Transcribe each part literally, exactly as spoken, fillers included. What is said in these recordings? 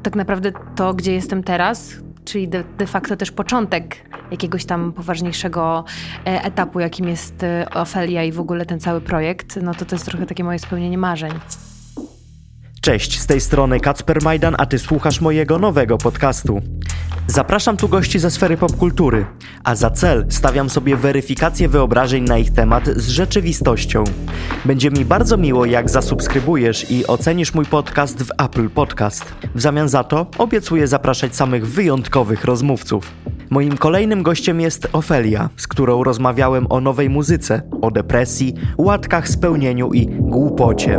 tak naprawdę to, gdzie jestem teraz, czyli de, de facto też początek jakiegoś tam poważniejszego e, etapu, jakim jest e, Ofelia i w ogóle ten cały projekt, no to to jest trochę takie moje spełnienie marzeń. Cześć, z tej strony Kacper Majdan, a ty słuchasz mojego nowego podcastu. Zapraszam tu gości ze sfery popkultury, a za cel stawiam sobie weryfikację wyobrażeń na ich temat z rzeczywistością. Będzie mi bardzo miło, jak zasubskrybujesz i ocenisz mój podcast w Apple Podcast. W zamian za to obiecuję zapraszać samych wyjątkowych rozmówców. Moim kolejnym gościem jest Ofelia, z którą rozmawiałem o nowej muzyce, o depresji, łatkach, spełnieniu i głupocie.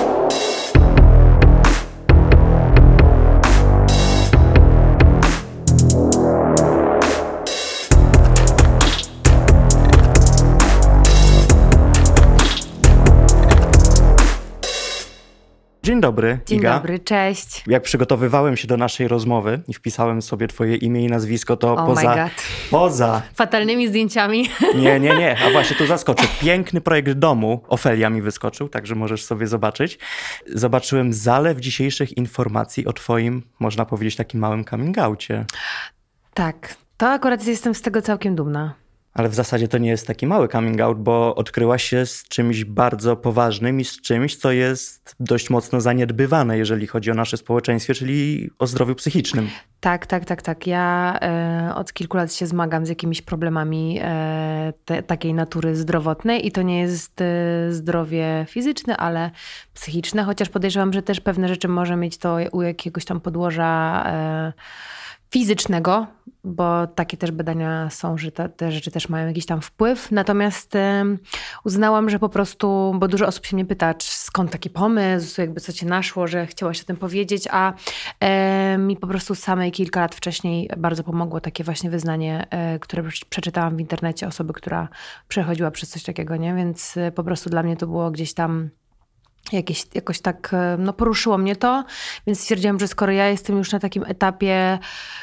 Dzień dobry, Dzień Iga. dobry, cześć. Jak przygotowywałem się do naszej rozmowy i wpisałem sobie twoje imię i nazwisko, to oh poza... my God. Poza... Fatalnymi zdjęciami. Nie, nie, nie. A właśnie tu zaskoczę. Piękny projekt domu Ofelia mi wyskoczył, także możesz sobie zobaczyć. Zobaczyłem zalew dzisiejszych informacji o twoim, można powiedzieć, takim małym coming oucie. Tak, to akurat jestem z tego całkiem dumna. Ale w zasadzie to nie jest taki mały coming out, bo odkryłaś się z czymś bardzo poważnym i z czymś, co jest dość mocno zaniedbywane, jeżeli chodzi o nasze społeczeństwie, czyli o zdrowiu psychicznym. Tak, tak, tak, tak. Ja e, od kilku lat się zmagam z jakimiś problemami e, te, takiej natury zdrowotnej i to nie jest e, zdrowie fizyczne, ale psychiczne, chociaż podejrzewam, że też pewne rzeczy może mieć to u jakiegoś tam podłoża e, fizycznego, bo takie też badania są, że te, te rzeczy też mają jakiś tam wpływ. Natomiast e, uznałam, że po prostu, bo dużo osób się mnie pyta, czy skąd taki pomysł, jakby co cię naszło, że chciałaś o tym powiedzieć, a e, mi po prostu samej kilka lat wcześniej bardzo pomogło takie właśnie wyznanie, e, które przeczytałam w internecie osoby, która przechodziła przez coś takiego, nie? Więc e, po prostu dla mnie to było gdzieś tam Jakieś, jakoś tak, no poruszyło mnie to, więc stwierdziłam, że skoro ja jestem już na takim etapie,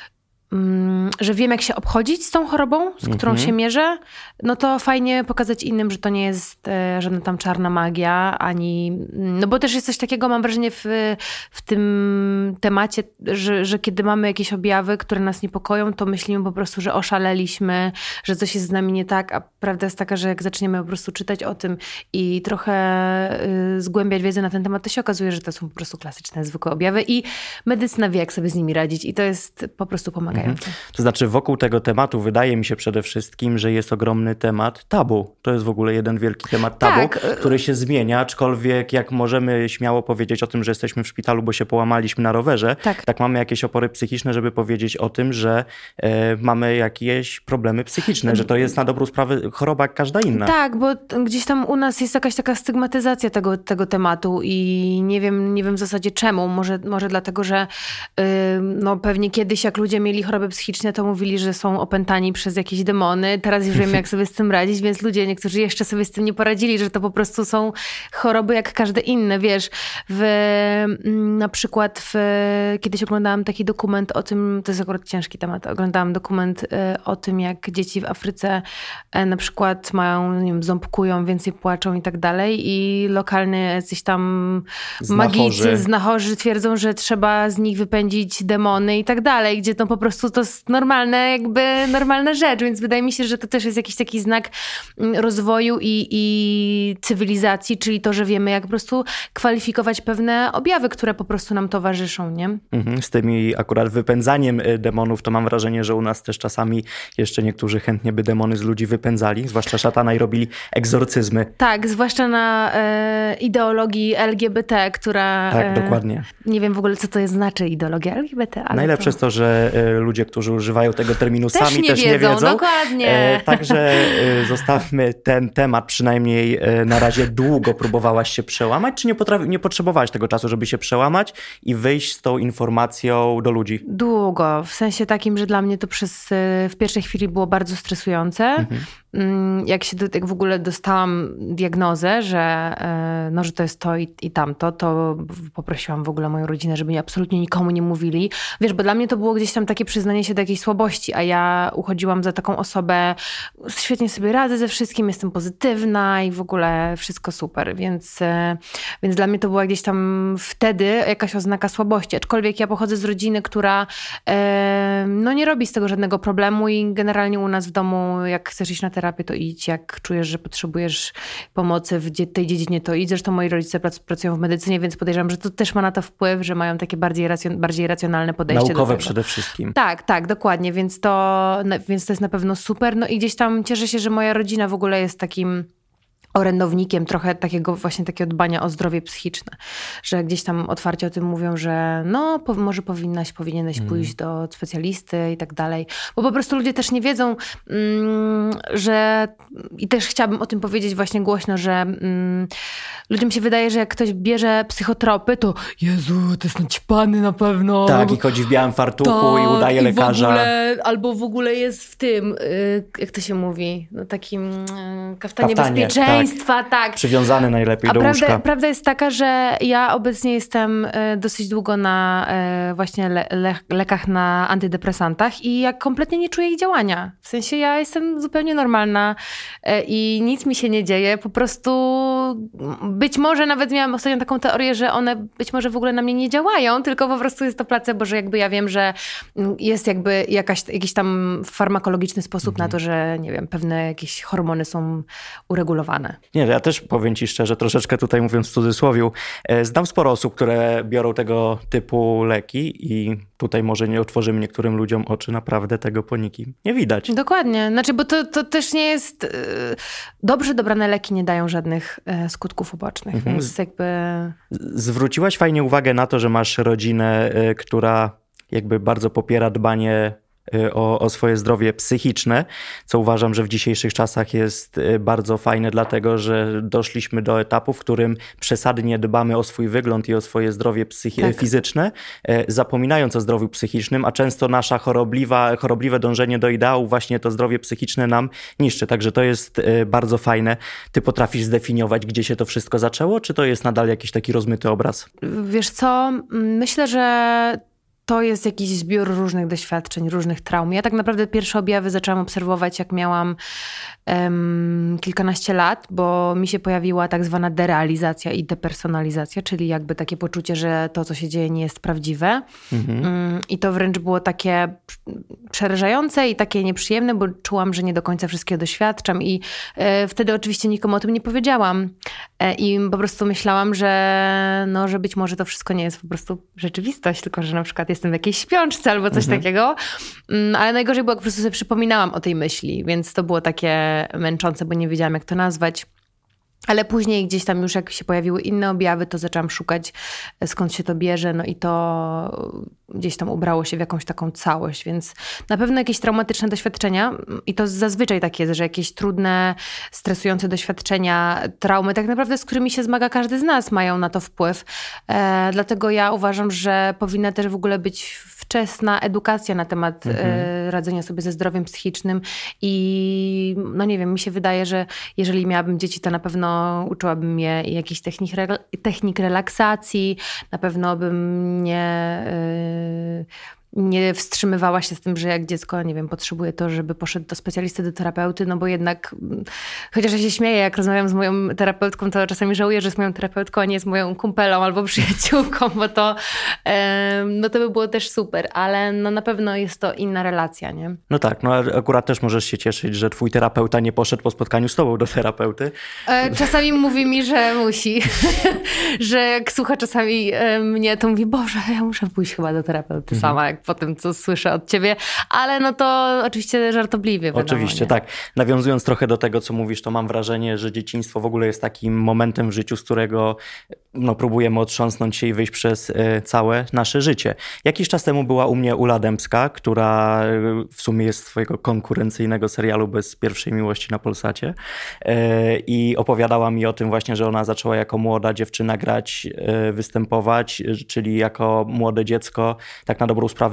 um, że wiem jak się obchodzić z tą chorobą, z którą mm-hmm. się mierzę, no to fajnie pokazać innym, że to nie jest e, żadna tam czarna magia, ani, no bo też jest coś takiego, mam wrażenie w, w tym temacie, że, że kiedy mamy jakieś objawy, które nas niepokoją, to myślimy po prostu, że oszaleliśmy, że coś jest z nami nie tak, a prawda jest taka, że jak zaczniemy po prostu czytać o tym i trochę y, zgłębiać wiedzę na ten temat, to się okazuje, że to są po prostu klasyczne, zwykłe objawy i medycyna wie, jak sobie z nimi radzić i to jest po prostu pomagające. Mhm. To znaczy wokół tego tematu wydaje mi się przede wszystkim, że jest ogromny temat tabu. To jest w ogóle jeden wielki temat tabu, tak. który się zmienia, aczkolwiek jak możemy śmiało powiedzieć o tym, że jesteśmy w szpitalu, bo się połamaliśmy na rowerze, tak, tak mamy jakieś opory psychiczne, żeby powiedzieć o tym, że e, mamy jakieś problemy psychiczne, że to jest na dobrą sprawę choroba jak każda inna. Tak, bo gdzieś tam u nas jest jakaś taka stygmatyzacja tego, tego tematu i nie wiem, nie wiem w zasadzie czemu. Może, może dlatego, że yy, no pewnie kiedyś jak ludzie mieli choroby psychiczne, to mówili, że są opętani przez jakieś demony. Teraz już wiemy, jak sobie z tym radzić, więc ludzie, niektórzy jeszcze sobie z tym nie poradzili, że to po prostu są choroby jak każde inne. Wiesz, w, na przykład w, kiedyś oglądałam taki dokument o tym, to jest akurat ciężki temat, oglądałam dokument yy, o tym, jak dzieci w Afryce yy, na przykład mają, nie wiem, ząbkują, więcej płaczą i tak dalej i lokalne jacyś tam magicy, znachorzy twierdzą, że trzeba z nich wypędzić demony i tak dalej, gdzie to po prostu to jest normalne, jakby normalna rzecz, więc wydaje mi się, że to też jest jakiś taki znak rozwoju i, i cywilizacji, czyli to, że wiemy jak po prostu kwalifikować pewne objawy, które po prostu nam towarzyszą, nie? Mhm, z tymi akurat wypędzaniem demonów, to mam wrażenie, że u nas też czasami jeszcze niektórzy chętnie by demony z ludzi wypędzali, zwłaszcza szatana i robili egzorcyzmy. Tak, zwłaszcza na e, ideologii L G B T, która... Tak, e, dokładnie. Nie wiem w ogóle, co to jest znaczy ideologia L G B T. Ale najlepsze to... jest to, że e, ludzie, którzy używają tego terminu też sami nie też wiedzą, nie wiedzą. Dokładnie. E, także e, zostawmy ten temat, przynajmniej e, na razie długo próbowałaś się przełamać, czy nie, potrafi, nie potrzebowałaś tego czasu, żeby się przełamać i wyjść z tą informacją do ludzi? Długo, w sensie takim, że dla mnie to przez w pierwszej chwili było bardzo stresujące. Mhm. jak się do, jak w ogóle dostałam diagnozę, że, no, że to jest to i, i tamto, to poprosiłam w ogóle moją rodzinę, żeby absolutnie nikomu nie mówili. Wiesz, bo dla mnie to było gdzieś tam takie przyznanie się do jakiejś słabości, a ja uchodziłam za taką osobę, świetnie sobie radzę ze wszystkim, jestem pozytywna i w ogóle wszystko super, więc, więc dla mnie to była gdzieś tam wtedy jakaś oznaka słabości, aczkolwiek ja pochodzę z rodziny, która no, nie robi z tego żadnego problemu i generalnie u nas w domu, jak chcesz iść na terapię, to idź, jak czujesz, że potrzebujesz pomocy w tej dziedzinie, to idź. Zresztą moi rodzice pracują w medycynie, więc podejrzewam, że to też ma na to wpływ, że mają takie bardziej, racjon- bardziej racjonalne podejście Naukowe do tego. przede wszystkim. Tak, tak, dokładnie, więc to, więc to jest na pewno super. No i gdzieś tam cieszę się, że moja rodzina w ogóle jest takim orędownikiem trochę takiego właśnie takiego dbania o zdrowie psychiczne, że gdzieś tam otwarcie o tym mówią, że no po, może powinnaś, powinieneś mm. pójść do specjalisty i tak dalej, bo po prostu ludzie też nie wiedzą, mm, że i też chciałabym o tym powiedzieć właśnie głośno, że mm, ludziom się wydaje, że jak ktoś bierze psychotropy, to Jezu, to jest naćpany na pewno. Tak, i chodzi w białym fartuchu tak, i udaje i lekarza. W ogóle, albo w ogóle jest w tym, jak to się mówi, no takim kaftanie, kaftanie bezpieczeństwa. Tak. tak. Przywiązany najlepiej A do prawda, łóżka. Prawda jest taka, że ja obecnie jestem dosyć długo na właśnie le- le- lekach na antydepresantach i ja kompletnie nie czuję ich działania. W sensie ja jestem zupełnie normalna i nic mi się nie dzieje. Po prostu być może nawet miałam ostatnio taką teorię, że one być może w ogóle na mnie nie działają, tylko po prostu jest to placebo, że jakby ja wiem, że jest jakby jakaś, jakiś tam farmakologiczny sposób mhm. na to, że nie wiem, pewne jakieś hormony są uregulowane. Nie, ja też powiem ci szczerze, troszeczkę tutaj mówiąc w cudzysłowiu, znam sporo osób, które biorą tego typu leki i tutaj może nie otworzymy niektórym ludziom oczy, naprawdę tego po nikim nie widać. Dokładnie, znaczy, bo to, to też nie jest... Yy, dobrze dobrane leki nie dają żadnych yy, skutków ubocznych, mhm. więc jakby... Zwróciłaś fajnie uwagę na to, że masz rodzinę, yy, która jakby bardzo popiera dbanie O, o swoje zdrowie psychiczne, co uważam, że w dzisiejszych czasach jest bardzo fajne, dlatego że doszliśmy do etapu, w którym przesadnie dbamy o swój wygląd i o swoje zdrowie psychi- tak. fizyczne, zapominając o zdrowiu psychicznym, a często nasza chorobliwa, chorobliwe dążenie do ideału właśnie to zdrowie psychiczne nam niszczy. Także to jest bardzo fajne. Ty potrafisz zdefiniować, gdzie się to wszystko zaczęło, czy to jest nadal jakiś taki rozmyty obraz? Wiesz co, myślę, że to jest jakiś zbiór różnych doświadczeń, różnych traum. Ja tak naprawdę pierwsze objawy zaczęłam obserwować, jak miałam um, kilkanaście lat, bo mi się pojawiła tak zwana derealizacja i depersonalizacja, czyli jakby takie poczucie, że to, co się dzieje, nie jest prawdziwe. Mhm. Um, I to wręcz było takie przerażające i takie nieprzyjemne, bo czułam, że nie do końca wszystkiego doświadczam i e, wtedy oczywiście nikomu o tym nie powiedziałam. E, I po prostu myślałam, że, no, że być może to wszystko nie jest po prostu rzeczywistość, tylko że na przykład jestem w jakiejś śpiączce albo coś mhm. takiego. Ale najgorzej było, jak po prostu sobie przypominałam o tej myśli, więc to było takie męczące, bo nie wiedziałam, jak to nazwać. Ale później gdzieś tam już jak się pojawiły inne objawy, to zaczęłam szukać, skąd się to bierze, no i to gdzieś tam ubrało się w jakąś taką całość, więc na pewno jakieś traumatyczne doświadczenia i to zazwyczaj tak jest, że jakieś trudne, stresujące doświadczenia, traumy, tak naprawdę z którymi się zmaga każdy z nas, mają na to wpływ. E, dlatego ja uważam, że powinna też w ogóle być wczesna edukacja na temat mhm. e, radzenia sobie ze zdrowiem psychicznym i no nie wiem, mi się wydaje, że jeżeli miałabym dzieci, to na pewno uczyłabym je jakichś technik, technik relaksacji, na pewno bym nie, nie wstrzymywała się z tym, że jak dziecko, nie wiem, potrzebuje to, żeby poszedł do specjalisty, do terapeuty, no bo jednak, chociaż ja się śmieję, jak rozmawiam z moją terapeutką, to czasami żałuję, że jest moją terapeutką, a nie jest moją kumpelą albo przyjaciółką, bo to, no to by było też super, ale no na pewno jest to inna relacja, nie? No tak, no akurat też możesz się cieszyć, że twój terapeuta nie poszedł po spotkaniu z tobą do terapeuty. Czasami mówi mi, że musi, że jak słucha czasami mnie, to mówi, Boże, ja muszę pójść chyba do terapeuty mhm. sama, jak po tym, co słyszę od ciebie, ale no to oczywiście żartobliwie. Wiadomo, oczywiście, nie? tak. Nawiązując trochę do tego, co mówisz, to mam wrażenie, że dzieciństwo w ogóle jest takim momentem w życiu, z którego no, próbujemy otrząsnąć się i wyjść przez y, całe nasze życie. Jakiś czas temu była u mnie Ula Dębska, która w sumie jest z twojego konkurencyjnego serialu Bez pierwszej miłości na Polsacie y, i opowiadała mi o tym właśnie, że ona zaczęła jako młoda dziewczyna grać, y, występować, y, czyli jako młode dziecko, tak na dobrą sprawę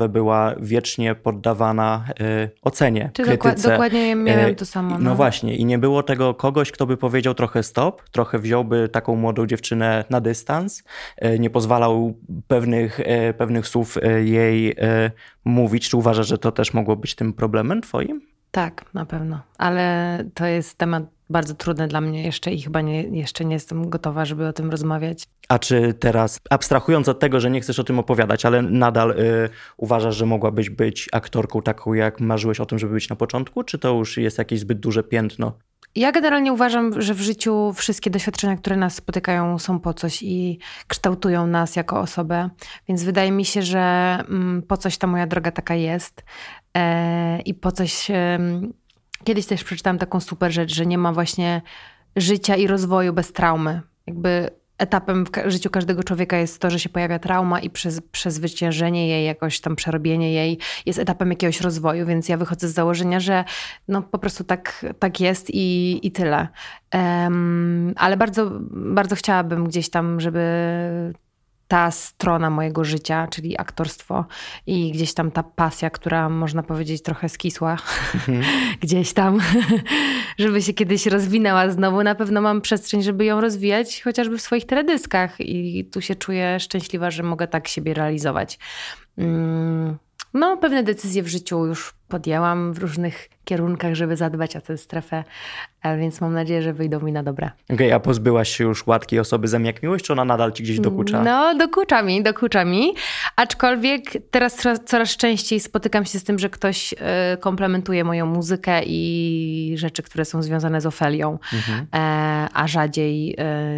postawę była wiecznie poddawana y, ocenie, Czy krytyce. Doku- dokładnie miałem to samo. No. no właśnie i nie było tego kogoś, kto by powiedział trochę stop, trochę wziąłby taką młodą dziewczynę na dystans, y, nie pozwalał pewnych, y, pewnych słów y, jej y, mówić. Czy uważasz, że to też mogło być tym problemem twoim? Tak, na pewno. Ale to jest temat bardzo trudny dla mnie jeszcze i chyba nie, jeszcze nie jestem gotowa, żeby o tym rozmawiać. A czy teraz, abstrahując od tego, że nie chcesz o tym opowiadać, ale nadal y, uważasz, że mogłabyś być aktorką taką, jak marzyłeś o tym, żeby być na początku? Czy to już jest jakieś zbyt duże piętno? Ja generalnie uważam, że w życiu wszystkie doświadczenia, które nas spotykają, są po coś i kształtują nas jako osobę. Więc wydaje mi się, że mm, po coś ta moja droga taka jest. E, I po coś... E, kiedyś też przeczytałam taką super rzecz, że nie ma właśnie życia i rozwoju bez traumy. Jakby etapem w ka- życiu każdego człowieka jest to, że się pojawia trauma i przez przezwyciężenie jej, jakoś tam przerobienie jej jest etapem jakiegoś rozwoju, więc ja wychodzę z założenia, że no po prostu tak, tak jest i, i tyle. Um, ale bardzo, bardzo chciałabym gdzieś tam, żeby ta strona mojego życia, czyli aktorstwo i gdzieś tam ta pasja, która można powiedzieć trochę skisła, mhm. gdzieś tam, żeby się kiedyś rozwinęła znowu. Na pewno mam przestrzeń, żeby ją rozwijać, chociażby w swoich teledyskach i tu się czuję szczęśliwa, że mogę tak siebie realizować. No, pewne decyzje w życiu już podjęłam w różnych kierunkach, żeby zadbać o tę strefę, więc mam nadzieję, że wyjdą mi na dobre. Okej, okay, a pozbyłaś się już łatkiej osoby Zem jak miłość, czy ona nadal ci gdzieś dokucza? No, dokucza mi, dokucza mi. Aczkolwiek teraz coraz częściej spotykam się z tym, że ktoś komplementuje moją muzykę i rzeczy, które są związane z Ofelią, mhm. a rzadziej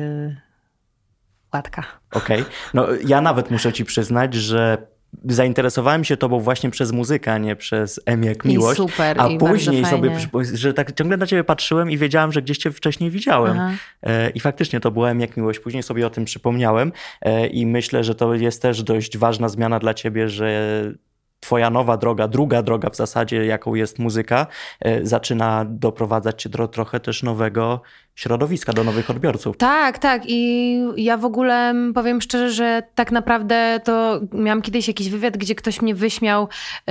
Łatka. Okej, okay. No ja nawet muszę ci przyznać, że zainteresowałem się tobą właśnie przez muzykę, a nie przez M jak miłość. I super, a i później sobie, fajnie. że tak ciągle na ciebie patrzyłem i wiedziałam, że gdzieś cię wcześniej widziałem. Aha. I faktycznie to było M jak miłość. Później sobie o tym przypomniałem i myślę, że to jest też dość ważna zmiana dla ciebie, że twoja nowa droga, druga droga w zasadzie, jaką jest muzyka, zaczyna doprowadzać cię do trochę też nowego środowiska, do nowych odbiorców. Tak, tak. I ja w ogóle powiem szczerze, że tak naprawdę to miałam kiedyś jakiś wywiad, gdzie ktoś mnie wyśmiał,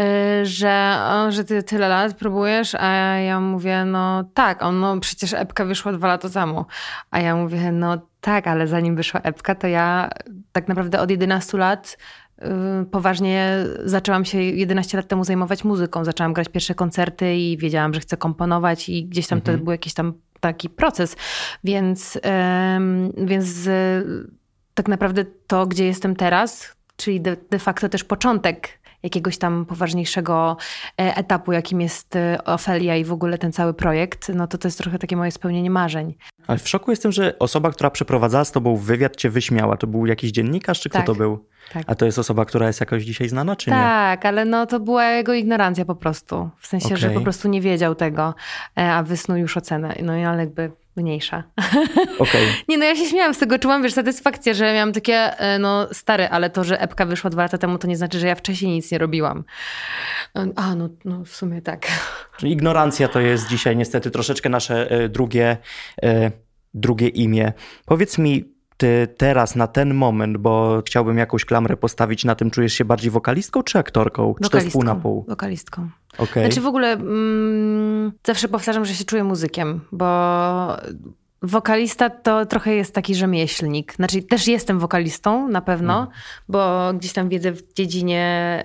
że, o, że ty tyle lat próbujesz, a ja mówię, no tak, on, no przecież epka wyszła dwa lata temu. A ja mówię, no tak, ale zanim wyszła epka, to ja tak naprawdę od jedenastu lat poważnie zaczęłam się jedenaście lat temu zajmować muzyką. Zaczęłam grać pierwsze koncerty i wiedziałam, że chcę komponować i gdzieś tam mhm. to był jakiś tam taki proces. Więc, yy, więc yy, tak naprawdę to, gdzie jestem teraz, czyli de, de facto też początek jakiegoś tam poważniejszego etapu, jakim jest Ofelia i w ogóle ten cały projekt, no to to jest trochę takie moje spełnienie marzeń. Ale w szoku jestem, że osoba, która przeprowadzała z tobą wywiad, cię wyśmiała. To był jakiś dziennikarz, czy kto tak, to był? Tak. A to jest osoba, która jest jakoś dzisiaj znana, czy tak, nie? Tak, ale no to była jego ignorancja po prostu. W sensie, okay. że po prostu nie wiedział tego, a wysnuł już ocenę. No i ale jakby mniejsza. Okay. Nie, no ja się śmiałam z tego, czułam, wiesz, satysfakcję, że miałam takie, no stary, ale to, że epka wyszła dwa lata temu, to nie znaczy, że ja wcześniej nic nie robiłam. A, no, no w sumie tak. Czyli ignorancja to jest dzisiaj niestety troszeczkę nasze e, drugie, e, drugie imię. Powiedz mi, ty teraz na ten moment, bo chciałbym jakąś klamrę postawić na tym, czujesz się bardziej wokalistką czy aktorką? Wokalistką, czy to jest pół na pół? Wokalistką. Okay. Znaczy w ogóle mm, zawsze powtarzam, że się czuję muzykiem, bo wokalista to trochę jest taki rzemieślnik. Znaczy też jestem wokalistą na pewno, mm. bo gdzieś tam wiedzę w dziedzinie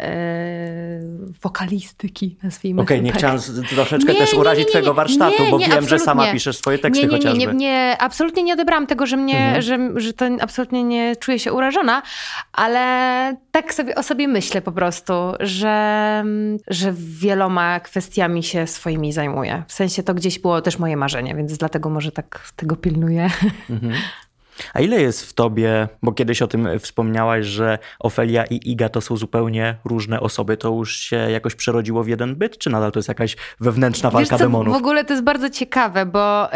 e, wokalistyki, nazwijmy Okej, okay, nie tak. chciałam troszeczkę nie, też nie, urazić nie, nie, twojego warsztatu, nie, bo nie, wiem, że sama piszesz swoje teksty nie, nie, chociażby. Nie, nie, nie, absolutnie nie odebrałam tego, że mnie, mhm. że, że to absolutnie nie czuję się urażona, ale tak sobie o sobie myślę po prostu, że, że wieloma kwestiami się swoimi zajmuję. W sensie to gdzieś było też moje marzenie, więc dlatego może tak tego pilnuję. Mhm. A ile jest w tobie, bo kiedyś o tym wspomniałaś, że Ofelia i Iga to są zupełnie różne osoby, to już się jakoś przerodziło w jeden byt, czy nadal to jest jakaś wewnętrzna walka Wiesz co, demonów? W ogóle to jest bardzo ciekawe, bo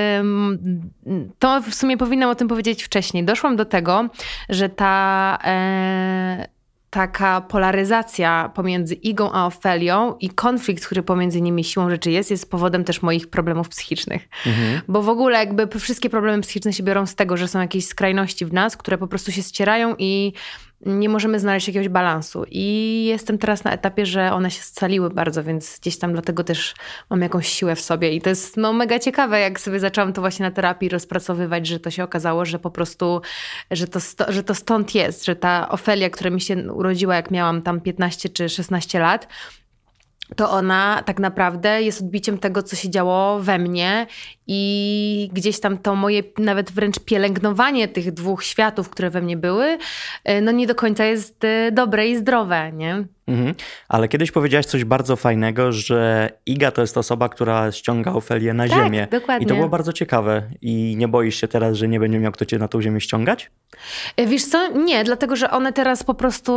ym, to w sumie powinnam o tym powiedzieć wcześniej. Doszłam do tego, że ta... Yy, taka polaryzacja pomiędzy Igą a Ofelią i konflikt, który pomiędzy nimi siłą rzeczy jest, jest powodem też moich problemów psychicznych. Mhm. Bo w ogóle jakby wszystkie problemy psychiczne się biorą z tego, że są jakieś skrajności w nas, które po prostu się ścierają i nie możemy znaleźć jakiegoś balansu. I jestem teraz na etapie, że one się scaliły bardzo, więc gdzieś tam dlatego też mam jakąś siłę w sobie. I to jest no, mega ciekawe, jak sobie zaczęłam to właśnie na terapii rozpracowywać, że to się okazało, że po prostu, że to, sto, że to stąd jest, że ta Ofelia, która mi się urodziła, jak miałam tam piętnaście czy szesnaście lat, to ona tak naprawdę jest odbiciem tego, co się działo we mnie i gdzieś tam to moje nawet wręcz pielęgnowanie tych dwóch światów, które we mnie były, no nie do końca jest dobre i zdrowe, nie? Mhm. Ale kiedyś powiedziałaś coś bardzo fajnego, że Iga to jest osoba, która ściąga Ofelię na tak, ziemię. Dokładnie. I to było bardzo ciekawe. I nie boisz się teraz, że nie będzie miał kto cię na tą ziemię ściągać? Wiesz co? Nie, dlatego że one teraz po prostu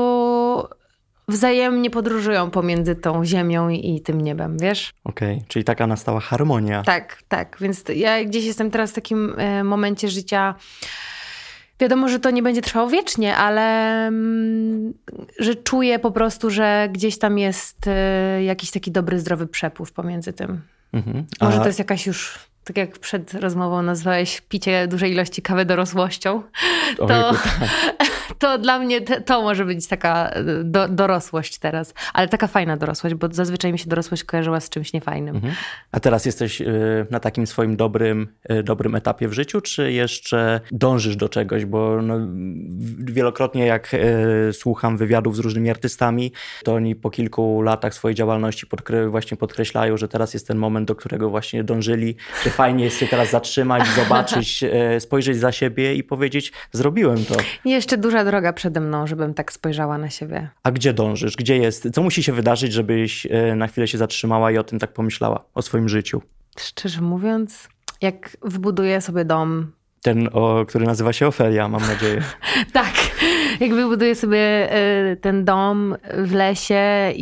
wzajemnie podróżują pomiędzy tą ziemią i tym niebem, wiesz? Okej, okay, czyli taka nastała harmonia. Tak, tak. Więc ja gdzieś jestem teraz w takim e, momencie życia. Wiadomo, że to nie będzie trwało wiecznie, ale mm, że czuję po prostu, że gdzieś tam jest e, jakiś taki dobry, zdrowy przepływ pomiędzy tym. Mhm. A... Może to jest jakaś już... Tak jak przed rozmową nazwałeś picie dużej ilości kawy dorosłością, to, Ojku, tak. to dla mnie te, to może być taka do, dorosłość teraz. Ale taka fajna dorosłość, bo zazwyczaj mi się dorosłość kojarzyła z czymś niefajnym. Mhm. A teraz jesteś y, na takim swoim dobrym, y, dobrym etapie w życiu, czy jeszcze dążysz do czegoś? Bo no, wielokrotnie jak y, słucham wywiadów z różnymi artystami, to oni po kilku latach swojej działalności podkre- właśnie podkreślają, że teraz jest ten moment, do którego właśnie dążyli, że fajnie jest się teraz zatrzymać, zobaczyć, spojrzeć za siebie i powiedzieć, zrobiłem to. Jeszcze duża droga przede mną, żebym tak spojrzała na siebie. A gdzie dążysz? Gdzie jest? Co musi się wydarzyć, żebyś na chwilę się zatrzymała i o tym tak pomyślała? O swoim życiu? Szczerze mówiąc, jak wybuduję sobie dom. Ten, o, który nazywa się Ofelia, mam nadzieję. Tak. Jak wybuduję sobie ten dom w lesie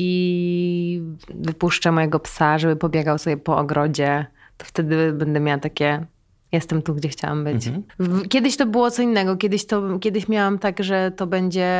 i wypuszczę mojego psa, żeby pobiegał sobie po ogrodzie, to wtedy będę miała takie, jestem tu, gdzie chciałam być. Mhm. Kiedyś to było co innego. Kiedyś, to, kiedyś miałam tak, że to będzie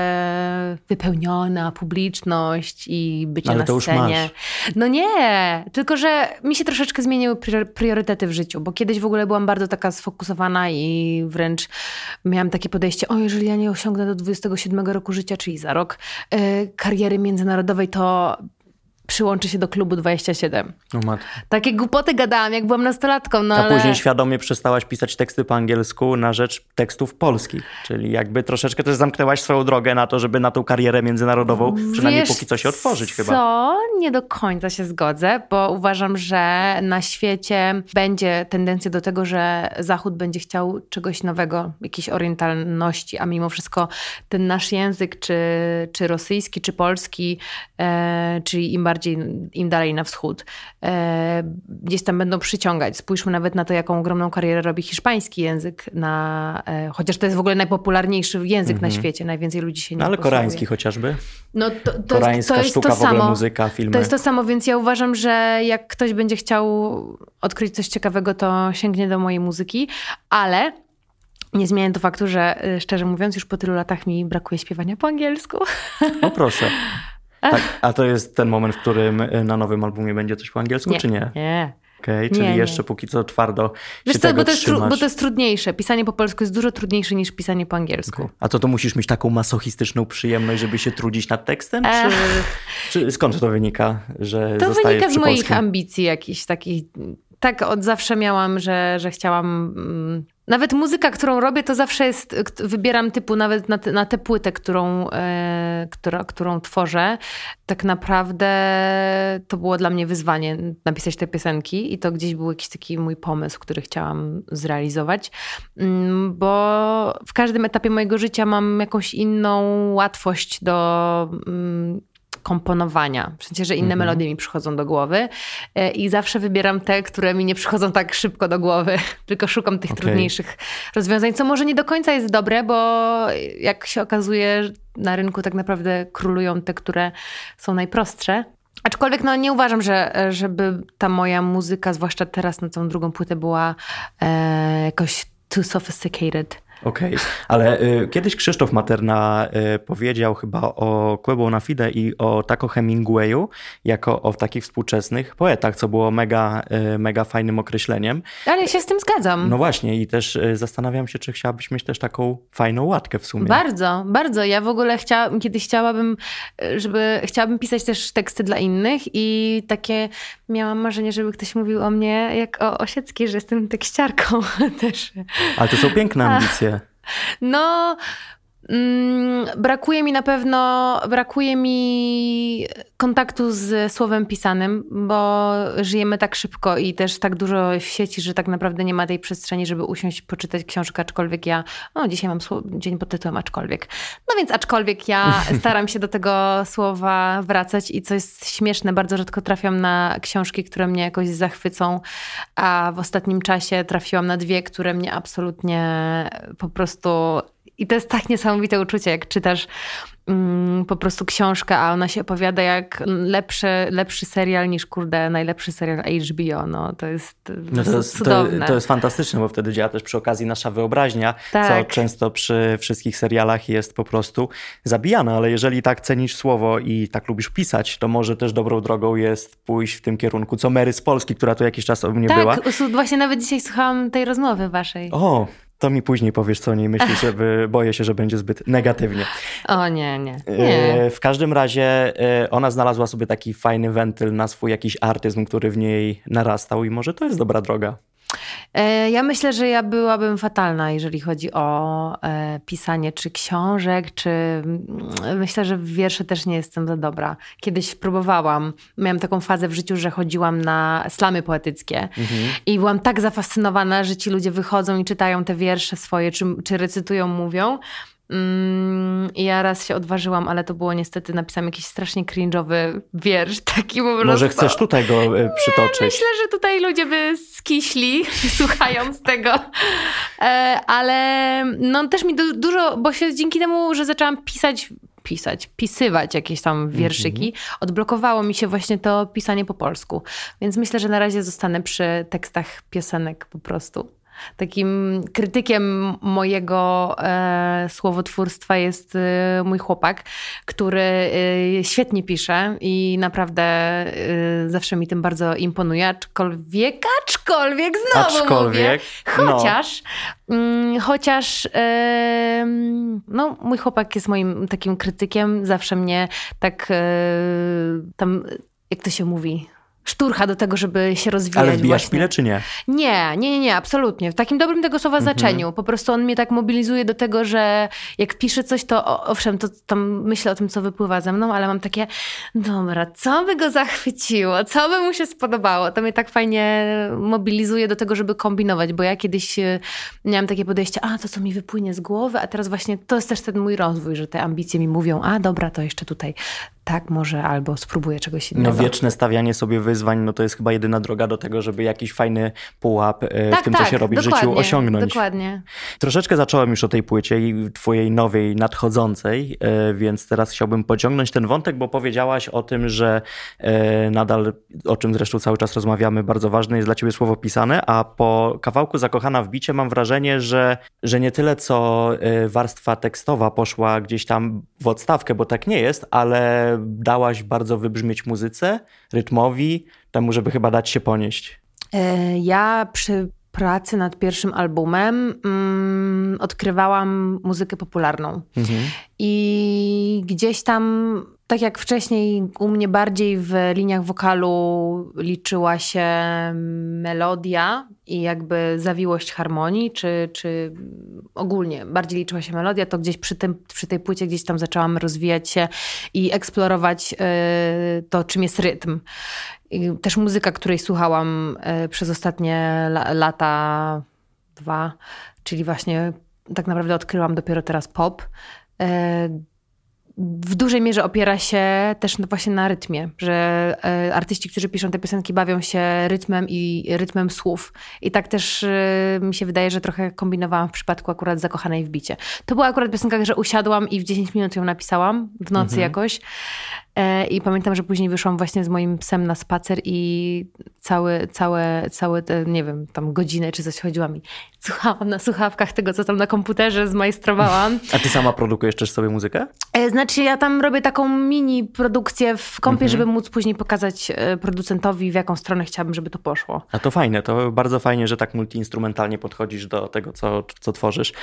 wypełniona publiczność i bycie Ale na to scenie. Już masz. No nie, tylko że mi się troszeczkę zmieniły priorytety w życiu, bo kiedyś w ogóle byłam bardzo taka sfokusowana i wręcz miałam takie podejście, o, jeżeli ja nie osiągnę do dwudziestego siódmego roku życia, czyli za rok, yy, kariery międzynarodowej, to przyłączy się do klubu dwadzieścia siedem. No matko. Takie głupoty gadałam, jak byłam nastolatką. No A ale... później świadomie przestałaś pisać teksty po angielsku na rzecz tekstów polskich. Czyli jakby troszeczkę też zamknęłaś swoją drogę na to, żeby na tą karierę międzynarodową przynajmniej Wiesz póki co się otworzyć chyba. Co? Nie do końca się zgodzę, bo uważam, że na świecie będzie tendencja do tego, że Zachód będzie chciał czegoś nowego, jakiejś orientalności, a mimo wszystko ten nasz język, czy, czy rosyjski, czy polski, e, czyli im bardziej, im dalej na wschód, e, gdzieś tam będą przyciągać. Spójrzmy nawet na to, jaką ogromną karierę robi hiszpański język, na, e, chociaż to jest w ogóle najpopularniejszy język mm-hmm. na świecie, najwięcej ludzi się nie no, ale posługuje. koreański chociażby? No to, to Koreańska jest, to jest sztuka, to w ogóle samo. muzyka, filmy. To jest to samo, więc ja uważam, że jak ktoś będzie chciał odkryć coś ciekawego, to sięgnie do mojej muzyki, ale nie zmienia to faktu, że szczerze mówiąc, już po tylu latach mi brakuje śpiewania po angielsku. No proszę. Tak, a to jest ten moment, w którym na nowym albumie będzie coś po angielsku, nie, czy nie? Nie. Okej, okay, czyli nie, jeszcze nie. póki co twardo Wiesz się co, tego bo to, jest trzymasz. tru, bo to jest trudniejsze. Pisanie po polsku jest dużo trudniejsze niż pisanie po angielsku. Okay. A to to musisz mieć taką masochistyczną przyjemność, żeby się trudzić nad tekstem? Czy, czy skąd to wynika, że to zostajesz wynika przy z moich polskim? ambicji jakichś takich. Tak od zawsze miałam, że, że chciałam... Mm, nawet muzyka, którą robię, to zawsze jest... Wybieram typu nawet na, te, na tę płytę, którą, e, która, którą tworzę. Tak naprawdę to było dla mnie wyzwanie napisać te piosenki i to gdzieś był jakiś taki mój pomysł, który chciałam zrealizować. Mm, bo w każdym etapie mojego życia mam jakąś inną łatwość do... Mm, komponowania. W sensie, że inne mm-hmm. melodie mi przychodzą do głowy i zawsze wybieram te, które mi nie przychodzą tak szybko do głowy, tylko szukam tych okay. trudniejszych rozwiązań, co może nie do końca jest dobre, bo jak się okazuje, na rynku tak naprawdę królują te, które są najprostsze. Aczkolwiek no, nie uważam, że, żeby ta moja muzyka, zwłaszcza teraz na tą drugą płytę, była e, jakoś too sophisticated. Okej, okay. Ale y, kiedyś Krzysztof Materna y, powiedział chyba o Quebo na Fide i o Taco Hemingwayu jako o takich współczesnych poetach, co było mega, y, mega fajnym określeniem. Ale ja się z tym zgadzam. No właśnie i też y, zastanawiam się, czy chciałabyś mieć też taką fajną łatkę w sumie. Bardzo, bardzo. Ja w ogóle chciałam, kiedyś chciałabym, żeby, chciałabym pisać też teksty dla innych i takie miałam marzenie, żeby ktoś mówił o mnie jak o Osieckiej, że jestem tekściarką też. Ale to są piękne ambicje. No, mm, brakuje mi na pewno, brakuje mi kontaktu z słowem pisanym, bo żyjemy tak szybko i też tak dużo w sieci, że tak naprawdę nie ma tej przestrzeni, żeby usiąść, poczytać książkę, aczkolwiek ja, o dzisiaj mam słowo, dzień pod tytułem aczkolwiek. No więc aczkolwiek ja staram się do tego słowa wracać i co jest śmieszne, bardzo rzadko trafiam na książki, które mnie jakoś zachwycą, a w ostatnim czasie trafiłam na dwie, które mnie absolutnie po prostu... I to jest tak niesamowite uczucie, jak czytasz mm, po prostu książkę, a ona się opowiada jak lepszy, lepszy serial niż, kurde, najlepszy serial H B O. No, to jest, no to jest cudowne. To, to jest fantastyczne, bo wtedy działa też przy okazji nasza wyobraźnia, tak. Co często przy wszystkich serialach jest po prostu zabijane. Ale jeżeli tak cenisz słowo i tak lubisz pisać, to może też dobrą drogą jest pójść w tym kierunku, co Mary z Polski, która tu jakiś czas u mnie tak, była. Tak, właśnie nawet dzisiaj słuchałam tej rozmowy waszej. O, to mi później powiesz, co o niej myślisz, żeby boję się, że będzie zbyt negatywnie. O nie, nie. nie. W każdym razie ona znalazła sobie taki fajny wentyl na swój jakiś artyzm, który w niej narastał i może to jest dobra droga. Ja myślę, że ja byłabym fatalna, jeżeli chodzi o e, pisanie czy książek, czy myślę, że w wiersze też nie jestem za dobra. Kiedyś próbowałam, miałam taką fazę w życiu, że chodziłam na slamy poetyckie mhm. i byłam tak zafascynowana, że ci ludzie wychodzą i czytają te wiersze swoje, czy, czy recytują, mówią. I ja raz się odważyłam, ale to było niestety, napisałam jakiś strasznie cringe'owy wiersz, taki po prostu. Może chcesz tutaj go przytoczyć? Nie, myślę, że tutaj ludzie by skiśli słuchając tego, ale no też mi du- dużo, bo się dzięki temu, że zaczęłam pisać, pisać, pisywać jakieś tam wierszyki, mm-hmm. odblokowało mi się właśnie to pisanie po polsku, więc myślę, że na razie zostanę przy tekstach piosenek po prostu. Takim krytykiem mojego e, słowotwórstwa jest e, mój chłopak, który e, świetnie pisze i naprawdę e, zawsze mi tym bardzo imponuje, aczkolwiek, aczkolwiek znowu aczkolwiek, mówię, chociaż, no. m, chociaż e, no, mój chłopak jest moim takim krytykiem, zawsze mnie tak e, tam, jak to się mówi... szturcha do tego, żeby się rozwijać. Ale wbijasz właśnie. Pilę, czy nie? Nie, nie, nie, nie, absolutnie. W takim dobrym tego słowa znaczeniu. Mm-hmm. Po prostu on mnie tak mobilizuje do tego, że jak piszę coś, to owszem, to tam myślę o tym, co wypływa ze mną, ale mam takie, dobra, co by go zachwyciło? Co by mu się spodobało? To mnie tak fajnie mobilizuje do tego, żeby kombinować, bo ja kiedyś miałam takie podejście, a to co mi wypłynie z głowy, a teraz właśnie to jest też ten mój rozwój, że te ambicje mi mówią, a dobra, to jeszcze tutaj tak może, albo spróbuję czegoś innego. No wieczne stawianie sobie wyzwań, no to jest chyba jedyna droga do tego, żeby jakiś fajny pułap tak, w tym, tak, co się robi w dokładnie, życiu, osiągnąć. Dokładnie. Troszeczkę zacząłem już o tej płycie i twojej nowej, nadchodzącej, więc teraz chciałbym pociągnąć ten wątek, bo powiedziałaś o tym, że nadal, o czym zresztą cały czas rozmawiamy, bardzo ważne jest dla ciebie słowo pisane, a po kawałku Zakochana w bicie mam wrażenie, że, że nie tyle co warstwa tekstowa poszła gdzieś tam w odstawkę, bo tak nie jest, ale dałaś bardzo wybrzmieć muzyce, rytmowi, temu, żeby chyba dać się ponieść. Ja przy pracy nad pierwszym albumem mm, odkrywałam muzykę popularną. Mhm. I gdzieś tam, tak jak wcześniej u mnie bardziej w liniach wokalu liczyła się melodia i jakby zawiłość harmonii, czy, czy ogólnie bardziej liczyła się melodia, to gdzieś przy, tym, przy tej płycie gdzieś tam zaczęłam rozwijać się i eksplorować yy, to, czym jest rytm. I też muzyka, której słuchałam yy, przez ostatnie la, lata dwa, czyli właśnie tak naprawdę odkryłam dopiero teraz pop. Yy, w dużej mierze opiera się też właśnie na rytmie, że artyści, którzy piszą te piosenki, bawią się rytmem i rytmem słów. I tak też mi się wydaje, że trochę kombinowałam w przypadku akurat Zakochanej w bicie. To była akurat piosenka, że usiadłam i w dziesięć minut ją napisałam, w nocy mhm. jakoś. I pamiętam, że później wyszłam właśnie z moim psem na spacer i całe, całe, całe te, nie wiem, tam godzinę czy coś chodziła mi. Słuchałam na słuchawkach tego, co tam na komputerze zmajstrowałam. A ty sama produkujesz też sobie muzykę? Znaczy ja tam robię taką mini produkcję w kompie, mhm. żeby móc później pokazać producentowi, w jaką stronę chciałabym, żeby to poszło. A to fajne, to bardzo fajnie, że tak multiinstrumentalnie podchodzisz do tego, co, co tworzysz.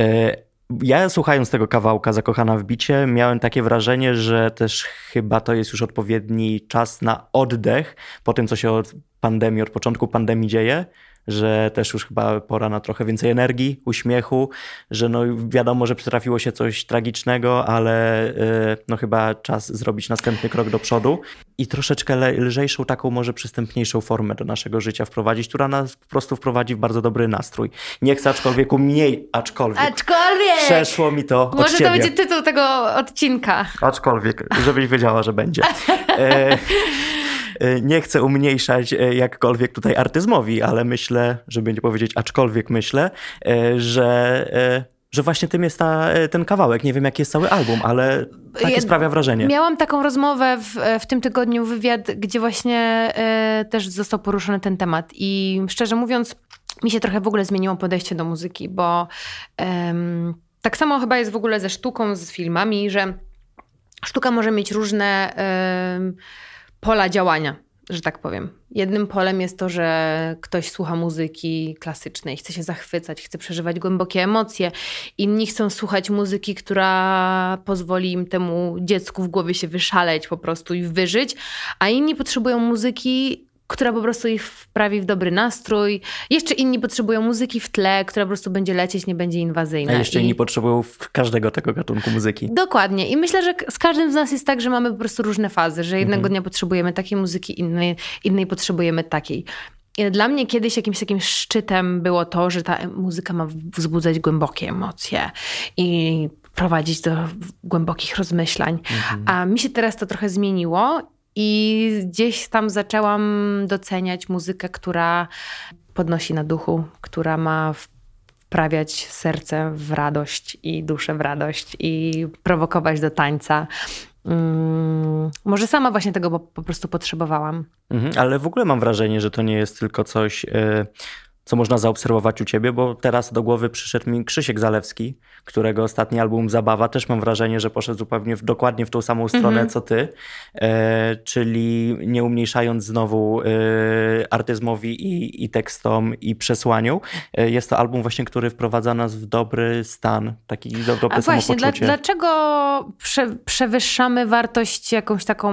Ja słuchając tego kawałka Zakochana w bicie miałem takie wrażenie, że też chyba to jest już odpowiedni czas na oddech po tym, co się od pandemii, od początku pandemii dzieje, że też już chyba pora na trochę więcej energii, uśmiechu, że no wiadomo, że przytrafiło się coś tragicznego, ale no chyba czas zrobić następny krok do przodu i troszeczkę lżejszą, taką może przystępniejszą formę do naszego życia wprowadzić, która nas po prostu wprowadzi w bardzo dobry nastrój. Nie chcę aczkolwiek mniej, aczkolwiek. Aczkolwiek! Przeszło mi to od Może ciebie. To będzie tytuł tego odcinka. Aczkolwiek, żebyś wiedziała, że będzie. E, Nie chcę umniejszać jakkolwiek tutaj artyzmowi, ale myślę, żeby nie powiedzieć aczkolwiek myślę, że, że właśnie tym jest ta, ten kawałek. Nie wiem, jaki jest cały album, ale takie ja sprawia wrażenie. Miałam taką rozmowę w, w tym tygodniu, wywiad, gdzie właśnie y, też został poruszony ten temat i szczerze mówiąc mi się trochę w ogóle zmieniło podejście do muzyki, bo ym, tak samo chyba jest w ogóle ze sztuką, z filmami, że sztuka może mieć różne ym, pola działania, że tak powiem. Jednym polem jest to, że ktoś słucha muzyki klasycznej, chce się zachwycać, chce przeżywać głębokie emocje. Inni chcą słuchać muzyki, która pozwoli im temu dziecku w głowie się wyszaleć po prostu i wyżyć, a inni potrzebują muzyki, która po prostu ich wprawi w dobry nastrój. Jeszcze inni potrzebują muzyki w tle, która po prostu będzie lecieć, nie będzie inwazyjna. A jeszcze I... inni potrzebują każdego tego gatunku muzyki. Dokładnie. I myślę, że z każdym z nas jest tak, że mamy po prostu różne fazy, że jednego mhm. dnia potrzebujemy takiej muzyki, innej, innej potrzebujemy takiej. I dla mnie kiedyś jakimś takim szczytem było to, że ta muzyka ma wzbudzać głębokie emocje i prowadzić do głębokich rozmyślań. Mhm. A mi się teraz to trochę zmieniło. I gdzieś tam zaczęłam doceniać muzykę, która podnosi na duchu, która ma wprawiać serce w radość i duszę w radość i prowokować do tańca. Hmm, może sama właśnie tego po, po prostu potrzebowałam. Mhm, ale w ogóle mam wrażenie, że to nie jest tylko coś... Yy... co można zaobserwować u ciebie, bo teraz do głowy przyszedł mi Krzysiek Zalewski, którego ostatni album Zabawa też mam wrażenie, że poszedł zupełnie w, dokładnie w tą samą stronę mm-hmm. co ty, e, czyli nie umniejszając znowu e, artyzmowi i, i tekstom i przesłaniu. E, jest to album właśnie, który wprowadza nas w dobry stan, taki dobre A właśnie, samopoczucie. Dla, dlaczego prze, przewyższamy wartość jakąś taką,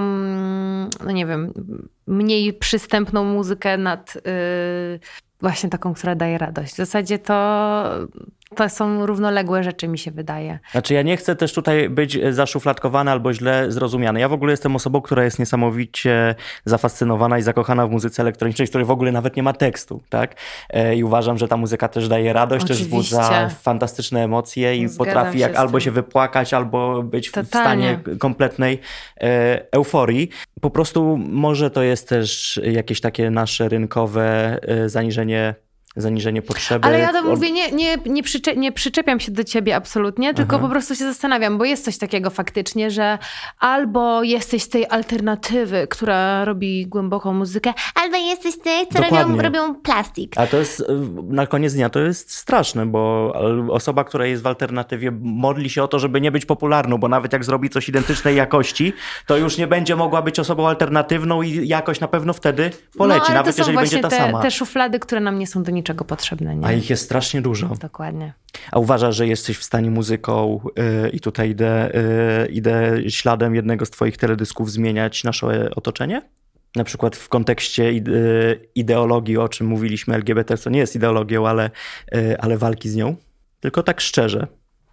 no nie wiem, mniej przystępną muzykę nad... Yy... Właśnie taką, która daje radość. W zasadzie to, to są równoległe rzeczy, mi się wydaje. Znaczy ja nie chcę też tutaj być zaszufladkowany albo źle zrozumiany. Ja w ogóle jestem osobą, która jest niesamowicie zafascynowana i zakochana w muzyce elektronicznej, której w ogóle nawet nie ma tekstu, tak? I uważam, że ta muzyka też daje radość, Oczywiście. też wzbudza fantastyczne emocje i Zgadzam potrafi jak albo tym. się wypłakać, albo być Totalnie. w stanie kompletnej e, euforii. Po prostu może to jest też jakieś takie nasze rynkowe e, zaniżenie zaniżenie potrzeby. Ale ja to mówię, nie, nie, nie, przycze- nie przyczepiam się do ciebie absolutnie, tylko Aha. po prostu się zastanawiam, bo jest coś takiego faktycznie, że albo jesteś z tej alternatywy, która robi głęboką muzykę, albo jesteś z tej, co robią, robią plastik. A to jest, na koniec dnia to jest straszne, bo osoba, która jest w alternatywie, modli się o to, żeby nie być popularną, bo nawet jak zrobi coś identycznej jakości, to już nie będzie mogła być osobą alternatywną i jakość na pewno wtedy poleci, no, nawet jeżeli będzie ta te, sama. te szuflady, które nam nie są do niczego potrzebne. Nie? A ich jest strasznie dużo. Dokładnie. A uważasz, że jesteś w stanie muzyką yy, i tutaj idę, yy, idę śladem jednego z twoich teledysków zmieniać nasze otoczenie? Na przykład w kontekście ide- ideologii, o czym mówiliśmy, L G B T, co nie jest ideologią, ale, yy, ale walki z nią. Tylko tak szczerze.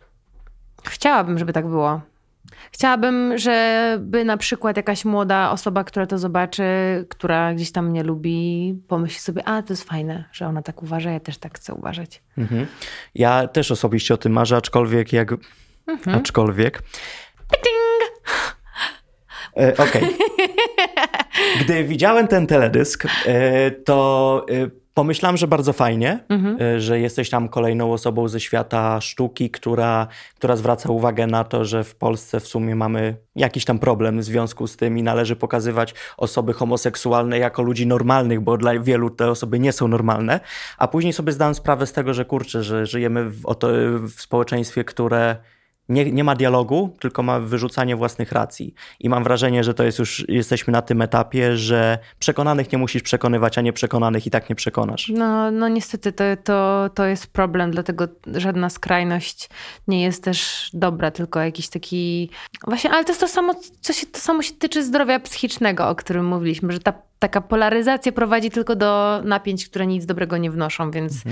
Chciałabym, żeby tak było. Chciałabym, żeby na przykład jakaś młoda osoba, która to zobaczy, która gdzieś tam mnie lubi, pomyśli sobie, a to jest fajne, że ona tak uważa, ja też tak chcę uważać. Mhm. Ja też osobiście o tym marzę, aczkolwiek jak... Mhm. Aczkolwiek... E, Okej. Okay. Gdy widziałem ten teledysk, e, to... E, Pomyślałam, że bardzo fajnie, Mhm. że jesteś tam kolejną osobą ze świata sztuki, która, która zwraca uwagę na to, że w Polsce w sumie mamy jakiś tam problem w związku z tym i należy pokazywać osoby homoseksualne jako ludzi normalnych, bo dla wielu te osoby nie są normalne. A później sobie zdałem sprawę z tego, że kurczę, że żyjemy w, oto, w społeczeństwie, które Nie, nie ma dialogu, tylko ma wyrzucanie własnych racji. I mam wrażenie, że to jest już, jesteśmy na tym etapie, że przekonanych nie musisz przekonywać, a nieprzekonanych i tak nie przekonasz. No, no niestety to, to, to jest problem, dlatego żadna skrajność nie jest też dobra, tylko jakiś taki... Właśnie, ale to jest to samo, co się, to samo się tyczy zdrowia psychicznego, o którym mówiliśmy, że ta taka polaryzacja prowadzi tylko do napięć, które nic dobrego nie wnoszą, więc... Mhm.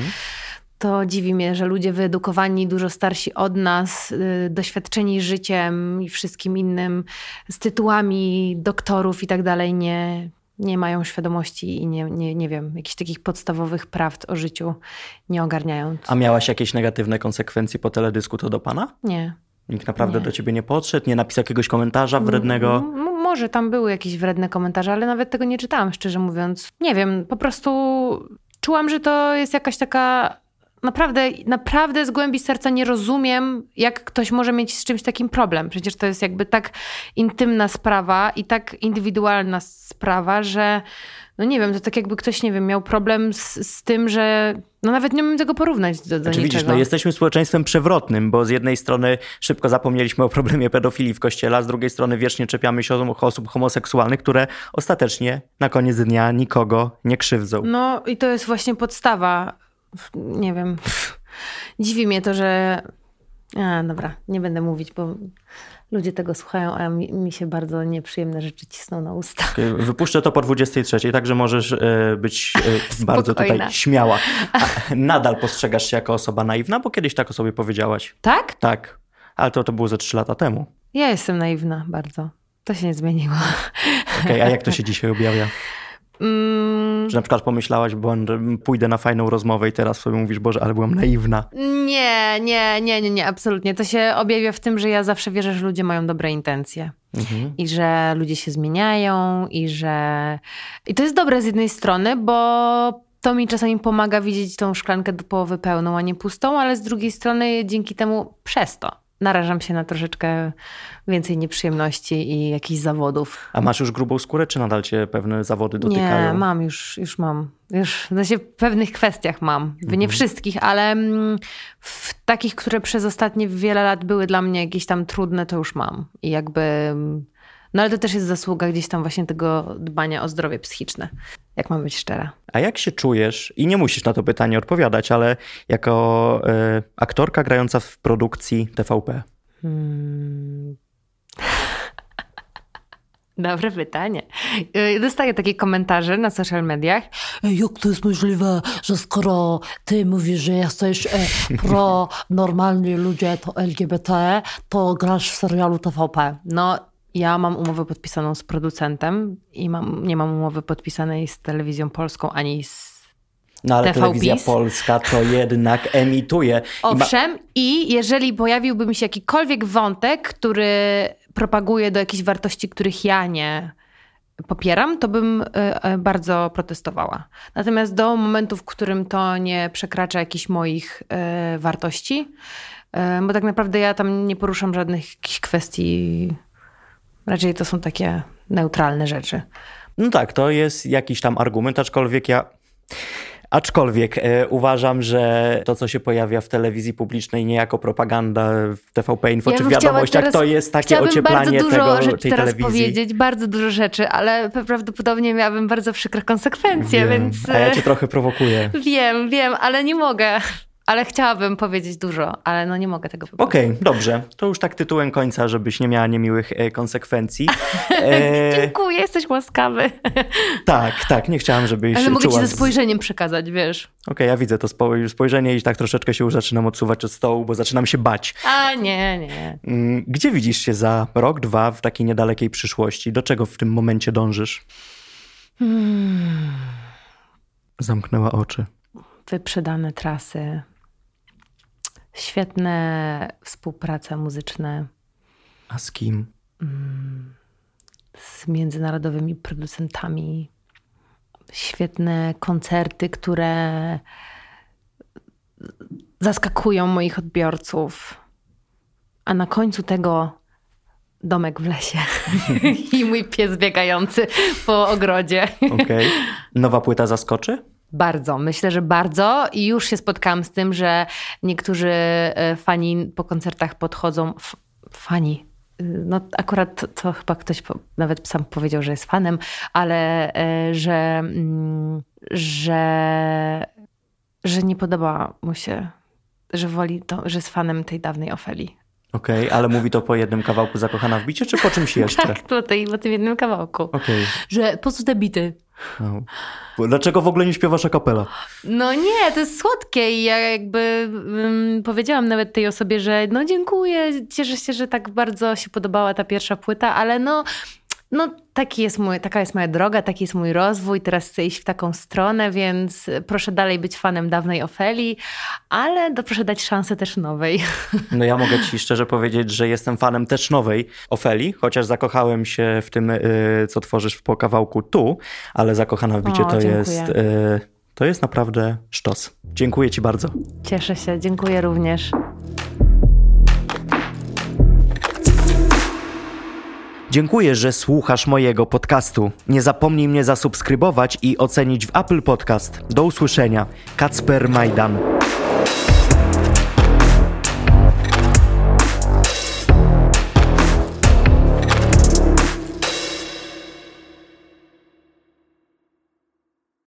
To dziwi mnie, że ludzie wyedukowani, dużo starsi od nas, yy, doświadczeni życiem i wszystkim innym, z tytułami doktorów i tak dalej, nie, nie mają świadomości i nie, nie, nie wiem, jakichś takich podstawowych prawd o życiu nie ogarniają. A miałaś jakieś negatywne konsekwencje po teledysku to do pana? Nie. Nikt naprawdę nie. do ciebie nie podszedł? Nie napisał jakiegoś komentarza wrednego? M- może tam były jakieś wredne komentarze, ale nawet tego nie czytałam, szczerze mówiąc. Nie wiem, po prostu czułam, że to jest jakaś taka... Naprawdę, naprawdę z głębi serca nie rozumiem, jak ktoś może mieć z czymś takim problem. Przecież to jest jakby tak intymna sprawa i tak indywidualna sprawa, że no nie wiem, to tak jakby ktoś, nie wiem, miał problem z, z tym, że no nawet nie umiem tego porównać do, do znaczy, niczego. Widzisz, no jesteśmy społeczeństwem przewrotnym, bo z jednej strony szybko zapomnieliśmy o problemie pedofilii w kościele, a z drugiej strony wiecznie czepiamy się osób homoseksualnych, które ostatecznie na koniec dnia nikogo nie krzywdzą. No i to jest właśnie podstawa. Nie wiem. Dziwi mnie to, że... A, dobra, nie będę mówić, bo ludzie tego słuchają, a mi, mi się bardzo nieprzyjemne rzeczy cisną na usta. Wypuszczę to po dwudziestej trzeciej, także możesz y, być y, bardzo tutaj śmiała. A nadal postrzegasz się jako osoba naiwna, bo kiedyś tak o sobie powiedziałaś. Tak? Tak, ale to, to było ze trzy lata temu. Ja jestem naiwna bardzo. To się nie zmieniło. Okej, okay, a jak to się dzisiaj objawia? Mm. Że na przykład pomyślałaś, bo pójdę na fajną rozmowę i teraz sobie mówisz, Boże, ale byłam naiwna. Nie, nie, nie, nie, nie, absolutnie. To się objawia w tym, że ja zawsze wierzę, że ludzie mają dobre intencje. Mhm. I że ludzie się zmieniają i że... I to jest dobre z jednej strony, bo to mi czasami pomaga widzieć tą szklankę do połowy pełną, a nie pustą, ale z drugiej strony dzięki temu przez to narażam się na troszeczkę więcej nieprzyjemności i jakichś zawodów. A masz już grubą skórę, czy nadal cię pewne zawody dotykają? Nie, mam już, już mam. Już w sensie w pewnych kwestiach mam. Mhm. Nie wszystkich, ale w takich, które przez ostatnie wiele lat były dla mnie jakieś tam trudne, to już mam. I jakby... No ale to też jest zasługa gdzieś tam właśnie tego dbania o zdrowie psychiczne, jak mam być szczera. A jak się czujesz, i nie musisz na to pytanie odpowiadać, ale jako y, aktorka grająca w produkcji T V P? Hmm. Dobre pytanie. Dostaję takie komentarze na social mediach. Jak to jest możliwe, że skoro ty mówisz, że jesteś e, pro normalni ludzie, to L G B T, to grasz w serialu T V P? No, ja mam umowę podpisaną z producentem i mam, nie mam umowy podpisanej z Telewizją Polską ani z No ale T V P. Telewizja Polska to jednak emituje. Owszem, i, ma... i jeżeli pojawiłby mi się jakikolwiek wątek, który propaguje do jakichś wartości, których ja nie popieram, to bym bardzo protestowała. Natomiast do momentu, w którym to nie przekracza jakichś moich wartości, bo tak naprawdę ja tam nie poruszam żadnych kwestii, raczej to są takie neutralne rzeczy. No tak, to jest jakiś tam argument, aczkolwiek ja... Aczkolwiek e, uważam, że to, co się pojawia w telewizji publicznej nie jako propaganda w T V P Info ja czy w wiadomościach, teraz, to jest takie ocieplanie bardzo dużo tego, rzeczy tej teraz telewizji. powiedzieć, bardzo dużo rzeczy, ale prawdopodobnie miałabym bardzo przykre konsekwencje, wiem, więc... A ja cię trochę prowokuję. Wiem, wiem, ale nie mogę. Ale chciałabym powiedzieć dużo, ale no nie mogę tego powiedzieć. Okej, okay, dobrze. To już tak tytułem końca, żebyś nie miała niemiłych e, konsekwencji. E... Dziękuję, jesteś łaskawy. Tak, tak, nie chciałam, żebyś Ale mogę czuła... ci ze spojrzeniem przekazać, wiesz. Okej, okay, ja widzę to spojrzenie i tak troszeczkę się już zaczynam odsuwać od stołu, bo zaczynam się bać. A nie, nie. Gdzie widzisz się za rok, dwa w takiej niedalekiej przyszłości? Do czego w tym momencie dążysz? Hmm. Zamknęła oczy. Wyprzedane trasy. Świetne współprace muzyczne. A z kim? Z międzynarodowymi producentami. świetne koncerty, które zaskakują moich odbiorców. A na końcu tego domek w lesie i mój pies biegający po ogrodzie. Okej. Okay. Nowa płyta zaskoczy? Bardzo, myślę, że bardzo i już się spotkałam z tym, że niektórzy fani po koncertach podchodzą, f- fani, no akurat to, to chyba ktoś po, nawet sam powiedział, że jest fanem, ale że, że, że nie podoba mu się, że woli to, że jest fanem tej dawnej Ofeli. Okej, okay, ale mówi to po jednym kawałku Zakochana w bicie, czy po czymś jeszcze? Tak, po, tej, po tym jednym kawałku. Okay. Że po co te bity? No. Dlaczego w ogóle nie śpiewasz a cappella? No nie, to jest słodkie i ja jakby um, powiedziałam nawet tej osobie, że no dziękuję, cieszę się, że tak bardzo się podobała ta pierwsza płyta, ale no, no taki jest mój, taka jest moja droga, taki jest mój rozwój, teraz chcę iść w taką stronę, więc proszę dalej być fanem dawnej Ofeli, ale do, proszę dać szansę też nowej. No ja mogę ci szczerze powiedzieć, że jestem fanem też nowej Ofeli, chociaż zakochałem się w tym, yy, co tworzysz po kawałku Tu, ale Zakochana w bicie o, to dziękuję. jest... Yy, to jest naprawdę sztos. Dziękuję ci bardzo. Cieszę się, dziękuję również. Dziękuję, że słuchasz mojego podcastu. Nie zapomnij mnie zasubskrybować i ocenić w Apple Podcast. Do usłyszenia. Kacper Majdan.